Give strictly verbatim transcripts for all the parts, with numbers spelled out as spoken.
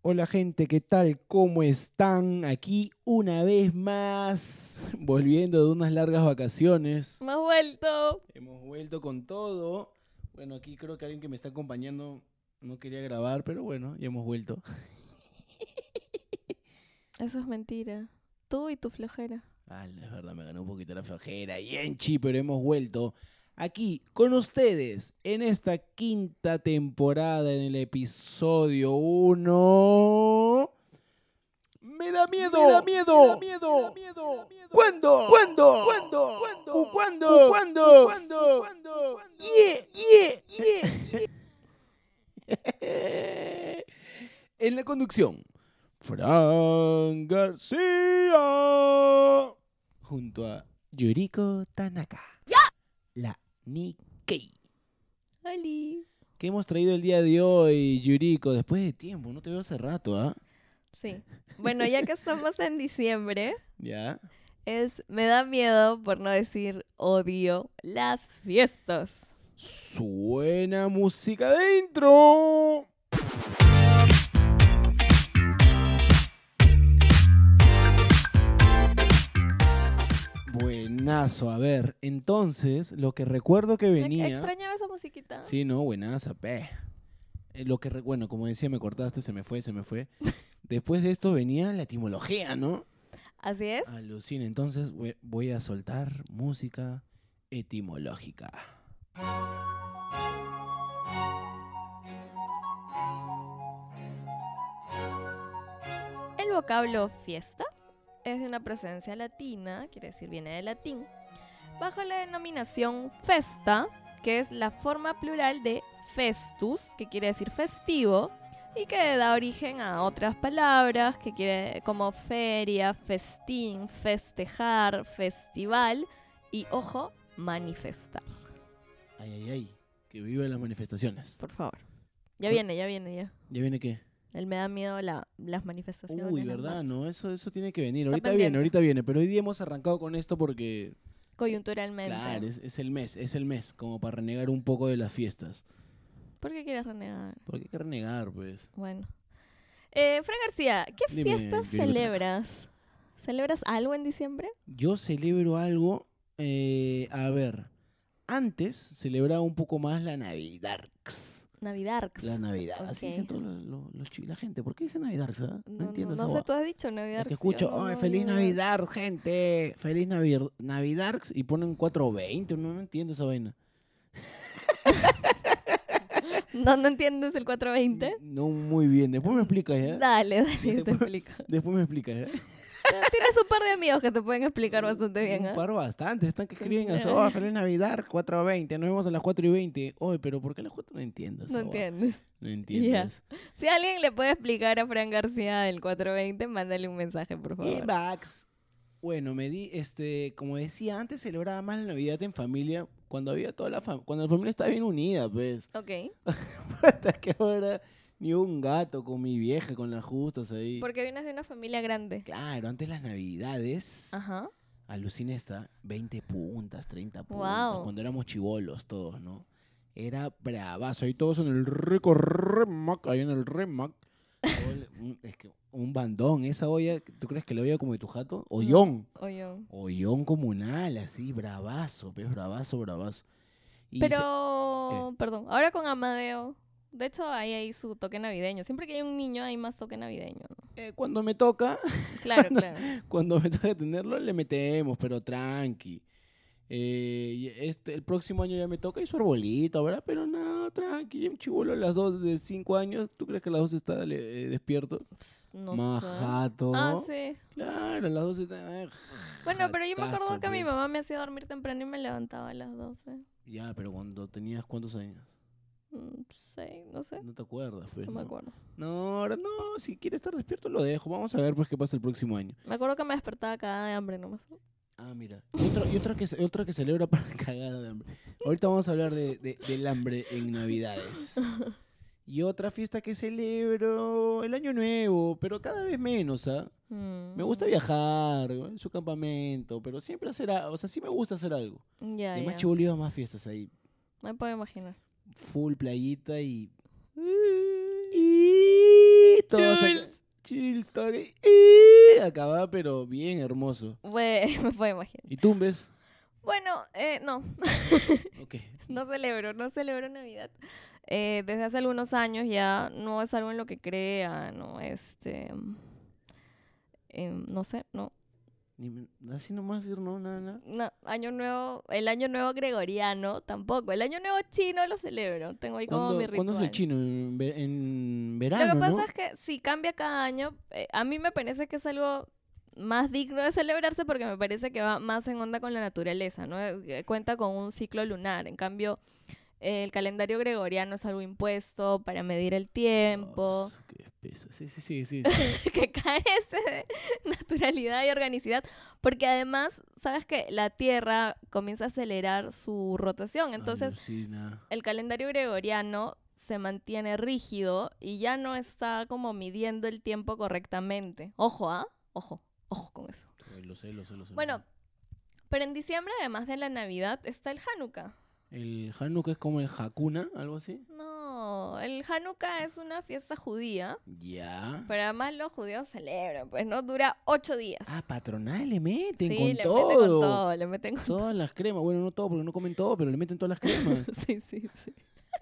Hola gente, ¿qué tal? ¿Cómo están? Aquí una vez más, volviendo de unas largas vacaciones. ¡Hemos vuelto! Hemos vuelto con todo. Bueno, aquí creo que alguien que me está acompañando no quería grabar, pero bueno, ya hemos vuelto. Eso es mentira. Tú y tu flojera. Ah, es verdad, me ganó un poquito la flojera. Yenchi, pero hemos vuelto aquí con ustedes en esta quinta temporada, en el episodio uno. ¡Me da miedo! ¡Me da miedo! ¡Me da miedo! ¡Me da miedo! ¿Cuándo? ¿Cuándo? ¿Cuándo? ¿Cuándo? ¿Cuándo? ¿Cuándo? ¿Cuándo? ¿Cuándo? ¡Yeah! ¡Yeah! ¡Yeah! En la conducción, Fran García, junto a Yuriko Tanaka, ¡ya! La Nikkei. ¡Holi! ¿Qué hemos traído el día de hoy, Yuriko? Después de tiempo, no te veo hace rato, ¿ah? Sí. Bueno, ya que estamos en diciembre, ¿Ya? es me da miedo, por no decir odio, las fiestas. Suena música dentro. Buenazo, a ver, entonces, lo que recuerdo que venía... ¿Extrañaba esa musiquita? Sí, no, buenaza, pe. Eh, Lo que, re- bueno, como decía, me cortaste, se me fue, se me fue. Después de esto venía la etimología, ¿no? Así es. Alucina, entonces voy- voy a soltar música etimológica. El vocablo fiesta es de una procedencia latina, quiere decir viene del latín, bajo la denominación festa, que es la forma plural de festus, que quiere decir festivo, y que da origen a otras palabras que quiere como feria, festín, festejar, festival y, ojo, manifestar. Ay, ay, ay, que vivan las manifestaciones. Por favor. Ya ¿Cuál? viene, ya viene, ya. ¿Ya viene qué? Él me da miedo la, las manifestaciones. Uy, las ¿verdad? marchas. No, eso, eso tiene que venir. Está Ahorita pendiente. viene, ahorita viene. Pero hoy día hemos arrancado con esto porque, Coyunturalmente. claro, es, es el mes, es el mes, como para renegar un poco de las fiestas. ¿Por qué quieres renegar? Porque hay que renegar, pues. Bueno. Eh, Fran García, ¿qué Dime, fiestas Yuriko Tanaka. celebras? ¿Celebras algo en diciembre? Yo celebro algo, eh, a ver, antes celebraba un poco más la Navidad. Navidad. La Navidad, así Ok. dicen todos los, los, los chi- la gente. ¿Por qué dice Navidad? No, No, entiendo no, esa no sé, hueá. tú has dicho Navidad. Es que escucho, yo no- ¡ay, no- feliz no- Navidad, gente! ¡Feliz Navi- Navidad! Y ponen cuatro veinte, no, no entiendo esa vaina. No, no entiendes el cuatrocientos veinte. No muy bien, después me explicas, ¿ya? Dale, dale, te Después- explico. Después me explicas, ¿ya? Tienes un par de amigos que te pueden explicar bastante bien, Un ¿ah? par bastante, están que escriben así, ¡oh, feliz Navidad, cuatro veinte! Nos vemos a las cuatro y veinte. Oye, pero ¿por qué a las cuatro no entiendo esa No hueá? entiendes. No entiendes. Si alguien le puede explicar a Fran García el cuatrocientos veinte, mándale un mensaje, por favor. Inbox. Bueno, me di, este, como decía, antes celebraba más la Navidad en familia, cuando había toda la familia, cuando la familia estaba bien unida, pues. Ok. Hasta que ahora ni un gato con mi vieja, con las justas ahí. Porque vienes de una familia grande. Claro, antes las Navidades, Ajá. alucina esta, veinte puntas, treinta puntas, Guau. cuando éramos chivolos todos, ¿no? Era bravazo, ahí todos en el rico Remac, ahí en el Remac. Todo el- un- Es que un bandón, esa olla, ¿tú crees que la olla como de tu jato? Ollón. Oye. Ollón comunal, así, bravazo, pues, bravazo, bravazo. Y se- Pero, perdón, ahora con Amadeo, de hecho hay ahí su toque navideño. Siempre que hay un niño hay más toque navideño, ¿no? eh, cuando me toca, Claro, claro. cuando me toca tenerlo, le metemos, pero tranqui. Eh, y este, el próximo año ya me toca y su arbolito, ¿verdad? Pero no, tranqui, un chibolo a las dos de cinco años, ¿tú crees que a las dos está eh, despierto? Pss, No Más sé. jato. Ah, sí. Claro, a las dos está... ah, Bueno, pero yo me jatazo, acuerdo que mi pues. mamá me hacía dormir temprano y me levantaba a las doce. Ya, pero cuando tenías, ¿cuántos años? Mm, Sí, no sé. No te acuerdas, pues, No me ¿no? acuerdo. No, ahora no, si quiere estar despierto lo dejo. Vamos a ver pues qué pasa el próximo año. Me acuerdo que me despertaba cagada de hambre nomás. Ah, mira. Y otra, y otra, que, ce- otra que celebra para cagada de hambre. Ahorita vamos a hablar de, de- del hambre en Navidades. Y otra fiesta que celebro, el Año Nuevo, pero cada vez menos, ¿ah? Mm. Me gusta viajar, en su campamento, pero siempre hacer algo. O sea, sí me gusta hacer algo. Ya, Y más ya. chibolo iba a más fiestas ahí. Me puedo imaginar. Full playita y... y todos, Chul. ahí- Todo que, ¡eh! Acababa, pero bien hermoso. Bueno, me puedo imaginar. ¿Y tumbes? Bueno, eh, no. Ok. No celebro, no celebro Navidad. Eh, desde hace algunos años ya no es algo en lo que crea, no, este, em, no sé, no, Ni- Así nomás decir no, nada, nada. no, año nuevo, el año nuevo gregoriano tampoco, el año nuevo chino lo celebro, tengo ahí como mi ¿Cuándo, ritual. ¿cuándo es el chino? En, ve- en Lo verano, que pasa ¿no? es que si cambia cada año, eh, a mí me parece que es algo más digno de celebrarse porque me parece que va más en onda con la naturaleza, ¿no? Eh, Cuenta con un ciclo lunar, en cambio el calendario gregoriano es algo impuesto para medir el tiempo, Dios, qué espeso. Sí, sí, sí, sí. sí. que carece de naturalidad y organicidad, porque además, sabes que la Tierra comienza a acelerar su rotación, entonces Alucina. el calendario gregoriano se mantiene rígido y ya no está como midiendo el tiempo correctamente. Ojo, ¿ah? Ojo, ojo con eso. Ay, Lo sé, lo sé, lo sé. lo Bueno, sé. pero en diciembre, además de la Navidad, está el Hanukkah. El Hanukkah es como el Hakuna, algo así. No, el Hanukkah es una fiesta judía, Ya. pero además los judíos celebran, pues no dura ocho días. Ah, patronal, le meten Sí, con le todo. meten con todo, le meten con Todas las cremas. Bueno, no todo porque no comen todo, pero le meten todas las cremas. Sí, sí, sí.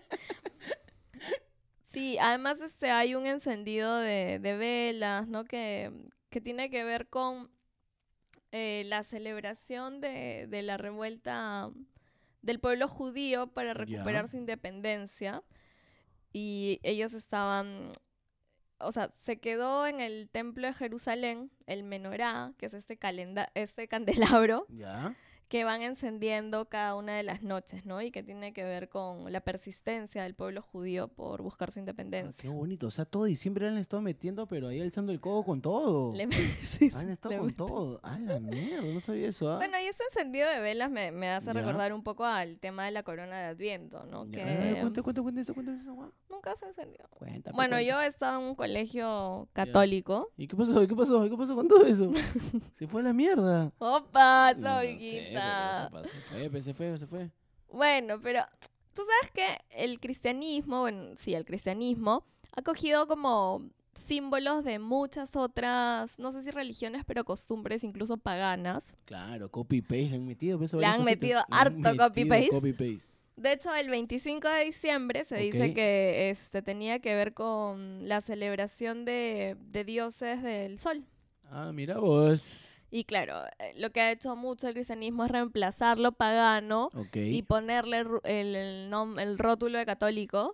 Sí, además este, hay un encendido de, de velas, ¿no? Que, que tiene que ver con eh, la celebración de, de la revuelta del pueblo judío para recuperar Ya. su independencia. Y ellos estaban, o sea, se quedó en el templo de Jerusalén el menorá, que es este, calenda este candelabro, Ya. que van encendiendo cada una de las noches, ¿no? Y que tiene que ver con la persistencia del pueblo judío por buscar su Ah, independencia. qué bonito. O sea, todo diciembre han estado metiendo, pero ahí alzando el codo con todo. Le me- sí, sí, Han estado le con meten. todo. A la mierda, no sabía eso, ¿ah? Bueno, y este encendido de velas me, me hace Ya. recordar un poco al tema de la corona de Adviento, ¿no? Ya. Que A ver, cuenta, cuenta, cuenta eso, cuenta eso, guau. nunca se encendió. Cuenta, pe, Bueno, cuenta. yo he estado en un colegio católico. ¿Y qué pasó? ¿Y qué pasó? ¿Y qué pasó con todo eso? Se fue a la mierda. ¡Opa, No, no sé, pero se, Solguita! pa- se fue, pe, se fue, se fue. Bueno, pero tú sabes que el cristianismo, bueno, sí, el cristianismo ha cogido como símbolos de muchas otras, no sé si religiones, pero costumbres incluso paganas. Claro, copy-paste le han metido. pues, Le varias han cositas. metido Le han harto metido copy-paste. copy-paste. De hecho, el veinticinco de diciembre se Ok. dice que este, tenía que ver con la celebración de, de dioses del sol. Ah, mira vos. Y claro, eh, lo que ha hecho mucho el cristianismo es reemplazar lo pagano Ok. y ponerle ru- el, el, nom- el rótulo de católico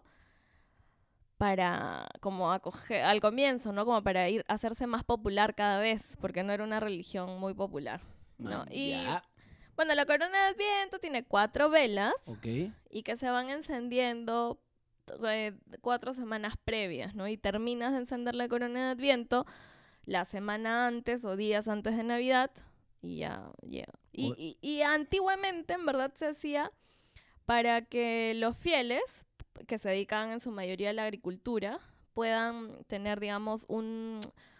para como acoger al comienzo, ¿no? Como para ir hacerse más popular cada vez, porque no era una religión muy popular, ¿no? Man, Y ya. bueno, la corona de Adviento tiene cuatro velas Ok. y que se van encendiendo eh, cuatro semanas previas, ¿no? Y terminas de encender la corona de Adviento la semana antes o días antes de Navidad y ya llega. Y, O- y, y antiguamente, en verdad, se hacía para que los fieles, que se dedican en su mayoría a la agricultura, puedan tener, digamos, un,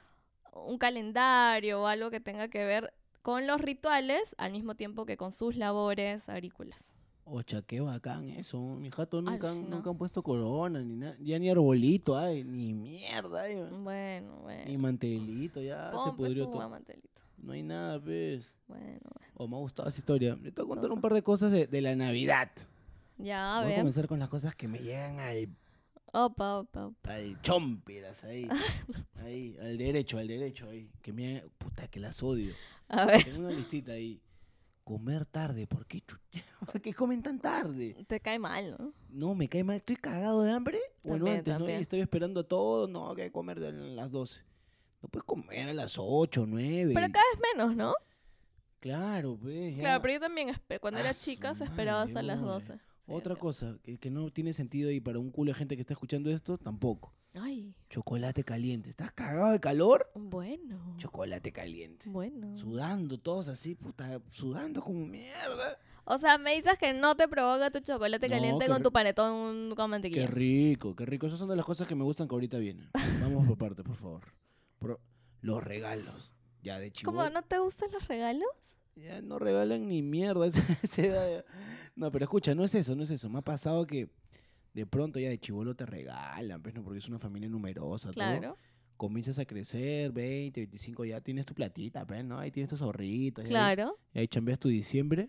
un calendario o algo que tenga que ver con los rituales al mismo tiempo que con sus labores agrícolas. Ocha, qué bacán eso. Mi jato nunca, han- Alucina. nunca han puesto corona, ni nada. Ya ni arbolito, ay, ni mierda, ay, Bueno, ni bueno. mantelito, ya se Pon pues pudrió tu todo. guamantelito. No hay nada, pues. Bueno, bueno. Oh, me ha gustado esa historia. Le tengo que contar Cosa. un par de cosas de, de la Navidad. Ya, a Voy a ver. comenzar con las cosas que me llegan al, Opa, opa, opa. al chompiras, ahí. Ahí, al derecho, al derecho, ahí. Que me... Puta, que las odio. A ver, Tengo una listita ahí. Comer tarde, ¿por qué, chucha? ¿Por qué comen tan tarde? te cae mal, ¿no? No, me cae mal, estoy cagado de hambre. Bueno, También, antes, ¿no? también. Y estoy esperando a todo, no, que hay que comer a las doce. No puedes comer a las ocho, nueve. Pero cada vez menos, ¿no? Claro, pues, ya. Claro, pero yo también, espe- cuando era Ah, su chica, se esperaba hasta madre, las brother. doce. Sí, Otra es cosa que, que no tiene sentido y para un culo de gente que está escuchando esto, tampoco. cierto. Ay, Chocolate caliente. ¿Estás cagado de calor? bueno. Chocolate caliente. Bueno. Sudando, todos así, puta, sudando como mierda. O sea, me dices que no te provoca tu chocolate No, caliente qué con ri- tu panetón con Qué mantequilla. rico, qué rico. Esas son de las cosas que me gustan que ahorita vienen. Vamos por partes, por favor. Por- los regalos. Ya de chivo. ¿Cómo no te gustan los regalos? Ya no regalan ni mierda. esa- esa edad ya. No, pero escucha, no es eso, no es eso. Me ha pasado que de pronto ya de chivolo te regalan, pues no, porque es una familia numerosa, todo. Claro. comienzas a crecer, veinte, veinticinco, ya tienes tu platita, pues, ¿no? Ahí tienes tus ahorritos. y ahí- Claro. Y ahí chambeas tu diciembre.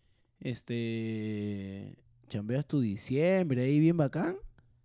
Este. Chambeas tu diciembre ahí bien bacán.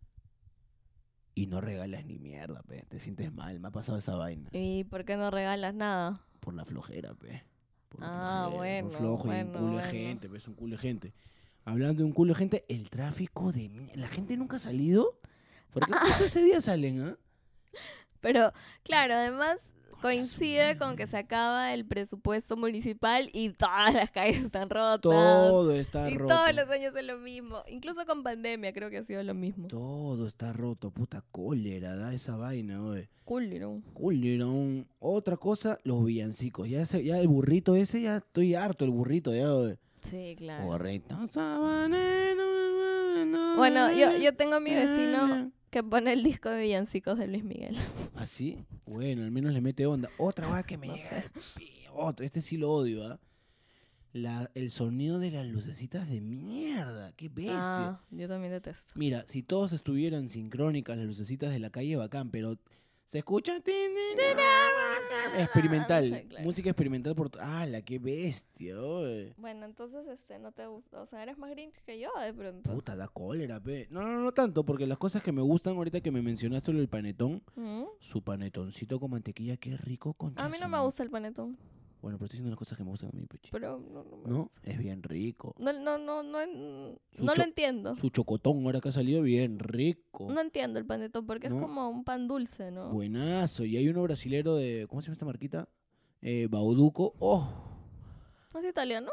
Y no regalas ni mierda, pe. Te sientes mal. Me ha pasado esa vaina. ¿Y por qué no regalas nada? Por la flojera, pe. Por la Ah, flojera, por bueno, flojo y un bueno, culo bueno. de gente, pe. Es un culo de gente. Hablando de un culo de gente, el tráfico de mi- la gente nunca ha salido. Porque justo ese día salen, ¿ah? Pero, claro, además Concha su coincide con que se acaba el presupuesto municipal y todas las calles están rotas. Todo está y roto. todos los años es lo mismo. Incluso con pandemia creo que ha sido lo mismo. Todo está roto. Puta cólera, da esa vaina, oye. Culero. Culero. Otra cosa, los villancicos. Ya, se- ya el burrito ese, ya estoy harto el burrito, ya, oye. Sí, claro. Burrito sabanero. Bueno, yo, yo tengo a mi vecino que pone el disco de villancicos de Luis Miguel. ¿Así? Bueno, al menos le mete onda. Otra va que me No llega. sé. al pi- Otro, este sí lo odio, ¿ah? La, el sonido de las lucecitas de mierda. Qué bestia. Ah, yo también detesto. Mira, si todos estuvieran sincrónicas las lucecitas de la calle, bacán, pero se escucha experimental, Sí, claro. música experimental por... ¡Hala, qué bestia! Oye. Bueno, entonces este no te gusta, o sea, eres más Grinch que yo de pronto. Puta, da cólera, pe. No, no, no tanto, porque las cosas que me gustan ahorita que me mencionaste lo del panetón, ¿Mm? su panetoncito con mantequilla, qué rico, concha. A mí no su me madre. gusta el panetón, Bueno, pero estoy diciendo las cosas que me gustan a mí, pechi. pero no, no me ¿No? gusta. Es bien rico. No, no, no, no, no, Su no cho- lo entiendo. Su chocotón ahora que ha salido, bien rico. No entiendo el panetón porque ¿No? es como un pan dulce, ¿no? Buenazo. Y hay uno brasilero de... ¿Cómo se llama esta marquita? Eh, Bauduco. ¡Oh! ¿No es italiano?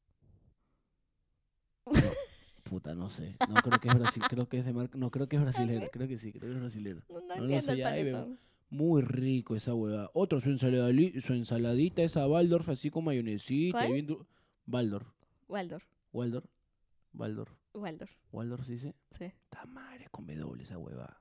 Puta, no sé. No creo que es Brasil. Creo que es de marca... No, creo que es brasilero. Creo que sí, creo que es brasilero. No, no No lo entiendo sé, el ya ahí panetón. Muy rico esa hueva. Otro, su, ensaladali- su ensaladita, esa Waldorf, así con mayonesita. ¿Cuál? Y bien du- Waldorf. Waldorf, Waldorf. Waldorf. Waldorf, Waldorf, ¿se dice? sí. Tamare con W esa hueva.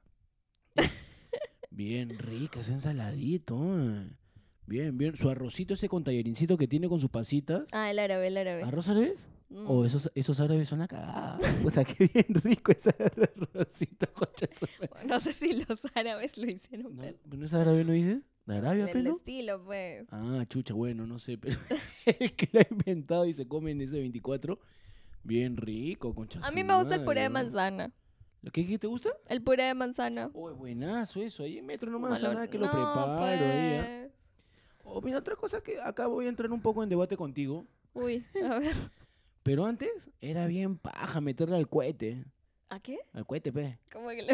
Bien rica esa ensaladito. eh. Bien, bien. Su arrocito ese con tallerincito que tiene con sus pasitas. Ah, el árabe, el árabe. ¿Arroz árabes? Mm. Oh, esos, esos árabes son la cagada. Puta, qué bien rico ese arrocito, concha de su madre. No sé si los árabes lo hicieron, ¿No, pero... ¿no es árabe, no dices? ¿De Arabia, el pelo? estilo, pues. Ah, chucha, bueno, no sé, pero el que lo ha inventado y se come en ese veinticuatro, bien rico, concha. A su mí me gusta el puré de madre, ¿no? manzana. ¿Lo que, qué te gusta? El puré de manzana. Oh, es buenazo eso, ahí en Metro nomás, No lo- nada que lo no, preparo ahí, ¿ah? pues. Oh, mira, otra cosa que acá voy a entrar un poco en debate contigo, Uy, a ver. pero antes era bien paja meterle al cohete, ¿A qué? al cohete, pe. ¿Cómo que lo...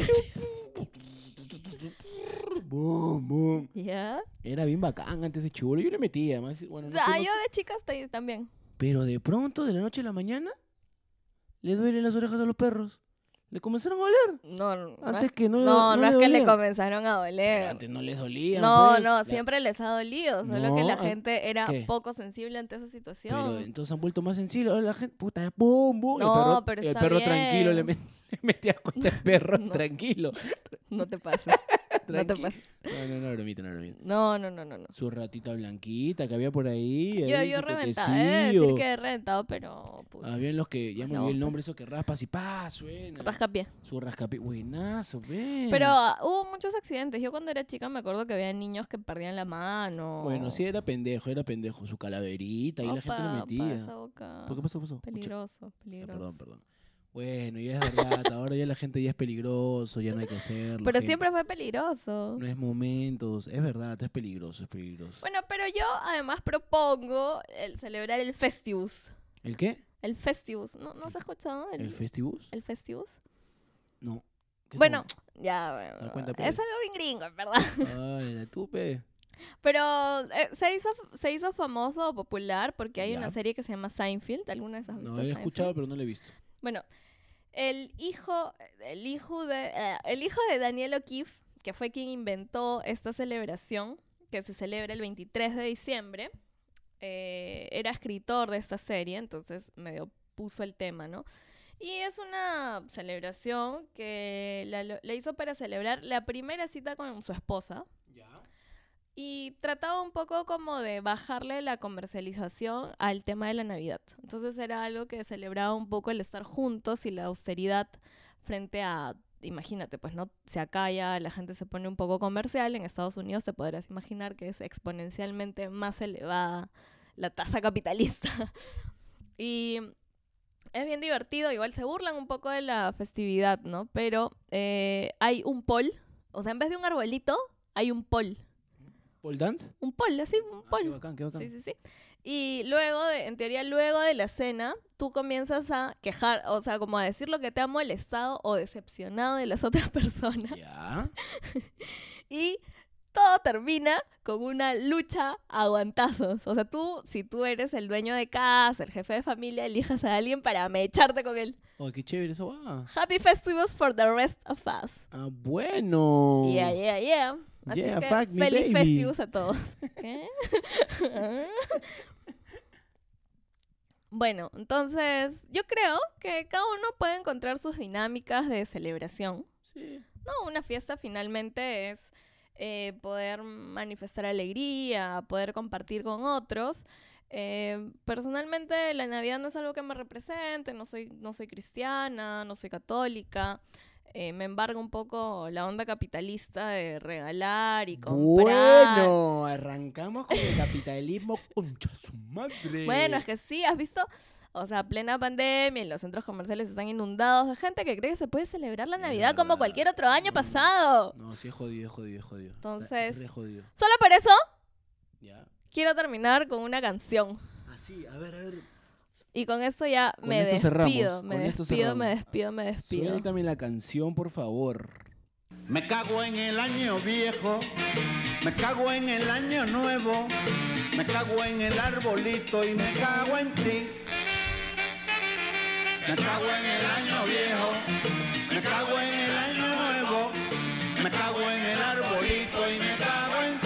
Boom, boom. ¿Ya? Era bien bacán antes de chibolo, yo le metía, además, bueno, no Ah, sé, no- yo de chica hasta ahí también. pero de pronto, de la noche a la mañana, le duelen las orejas a los perros. Le comenzaron a oler. No, no, no Antes es, que no, le- no, no le es que le dolían. comenzaron a Pero doler. antes no les dolía. No, pues. no, La- siempre les ha dolido, solo No, que la ah, gente era ¿qué? poco sensible ante esa Pero situación. entonces han vuelto más sensibles. Ahora la gente, puta, pum, pum. No, el perro, pero el está perro tranquilo le, bien. met- le metía cuenta al perro, No. tranquilo. No te pases. No te tranqui- pases. No, no, no, bromita, no, bromita. No, no, no, no, no. Su ratita blanquita que había por ahí. Yo, ahí, yo he su reventado, he de decir cotecillo. que he reventado, pero... pucha, Habían los que, ya me No, olvidé el pues. nombre, eso que raspas y pa, suena. rascapié. Su rascapi. Buenazo, ven. Pero ah, hubo muchos accidentes. Yo cuando era chica me acuerdo que había niños que perdían la mano. Bueno, sí, era pendejo, era pendejo. Su calaverita, ahí la gente le Opa, metía. pasa boca. ¿Por qué pasó? ¿Qué pasó? Escucha. Peligroso, Ah, peligroso. perdón, perdón. Bueno, ya es verdad, ahora ya la gente ya es peligroso, ya no hay que hacerlo. Pero gente. siempre fue peligroso. No es momentos, es verdad, es peligroso, es peligroso. Bueno, pero yo además propongo el celebrar el Festivus. ¿El qué? El Festivus. ¿No, ¿no se ha escuchado? El, ¿El Festivus? el Festivus. No. ¿Qué es Bueno, eso? ya, bueno. A ver, cuenta, es pues. algo bien gringo, en verdad. Ay, la tupe. Pero eh, se, hizo, se hizo famoso o popular porque hay Ya. una serie que se llama Seinfeld. ¿Alguna vez has visto No, he Seinfeld? escuchado, pero no lo he visto. Bueno, el hijo, el hijo de, eh, el hijo de Daniel O'Keefe, que fue quien inventó esta celebración, que se celebra el veintitrés de diciembre, eh, era escritor de esta serie, entonces medio puso el tema, ¿no? Y es una celebración que la, la hizo para celebrar la primera cita con su esposa. Ya. Y trataba un poco como de bajarle la comercialización al tema de la Navidad. Entonces era algo que celebraba un poco el estar juntos y la austeridad frente a imagínate, pues, ¿no? Si acá ya la gente se pone un poco comercial, en Estados Unidos te podrás imaginar que es exponencialmente más elevada la tasa capitalista. Y es bien divertido, igual se burlan un poco de la festividad, ¿no? Pero eh, hay un pole, o sea, en vez de un arbolito, hay un pole. ¿Pole dance? Un pole, así, un Ah, pole. qué bacán, qué bacán. Sí, sí, sí. Y luego, de, en teoría, luego de la cena, tú comienzas a quejar, o sea, como a decir lo que te ha molestado o decepcionado de las otras personas. Ya. Y todo termina con una lucha a guantazos. O sea, tú, si tú eres el dueño de casa, el jefe de familia, elijas a alguien para mecharte con él. Oh, qué chévere eso va. Happy festivals for the rest of us. Ah, bueno. Yeah, yeah, yeah. Así Yeah, que fuck me, feliz baby. festivals a todos. ¿Qué? Bueno, entonces yo creo que cada uno puede encontrar sus dinámicas de celebración. Sí. No, una fiesta finalmente es eh, poder manifestar alegría, poder compartir con otros. Eh, personalmente la Navidad no es algo que me represente, no soy, no soy cristiana, no soy católica. Eh, me embarga un poco la onda capitalista de regalar y comprar. Bueno, arrancamos con el capitalismo, concha su madre. Bueno, es que sí, has visto, o sea, plena pandemia y los centros comerciales están inundados de gente que cree que se puede celebrar la Es Navidad verdad. como cualquier otro año No, pasado. No, sí es jodido, es jodido, es jodido. Entonces- Está re jodido. Solo por eso Ya. quiero terminar con una canción. Así, a ver, a ver. Y con esto ya Con me esto despido, cerramos, me con esto despido, me cerramos. despido, me despido. Suéltame la canción, por favor. Me cago en el año viejo, me cago en el año nuevo, me cago en el arbolito y me cago en ti. Me cago en el año viejo, me cago en el año nuevo, me cago en el arbolito y me cago en ti.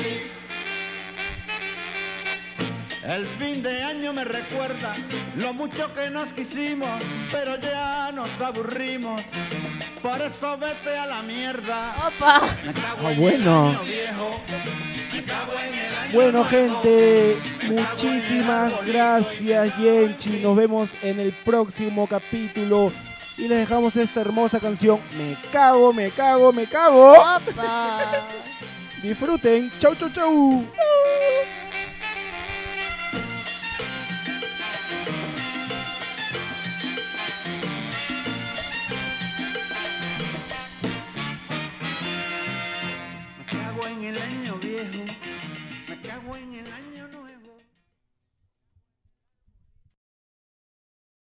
El fin de año me recuerda lo mucho que nos quisimos, pero ya nos aburrimos. Por eso vete a la mierda. ¡Opa! Me cago Ah, en bueno. el año viejo, me cago en el año Bueno, nuevo, gente, me cago en el muchísimas arbolito gracias, y me cago en Yenchi. ti. Nos vemos en el próximo capítulo. Y les dejamos esta hermosa canción. Me cago, me cago, me cago. ¡Opa! Disfruten. Chau, chau, chau. Chau.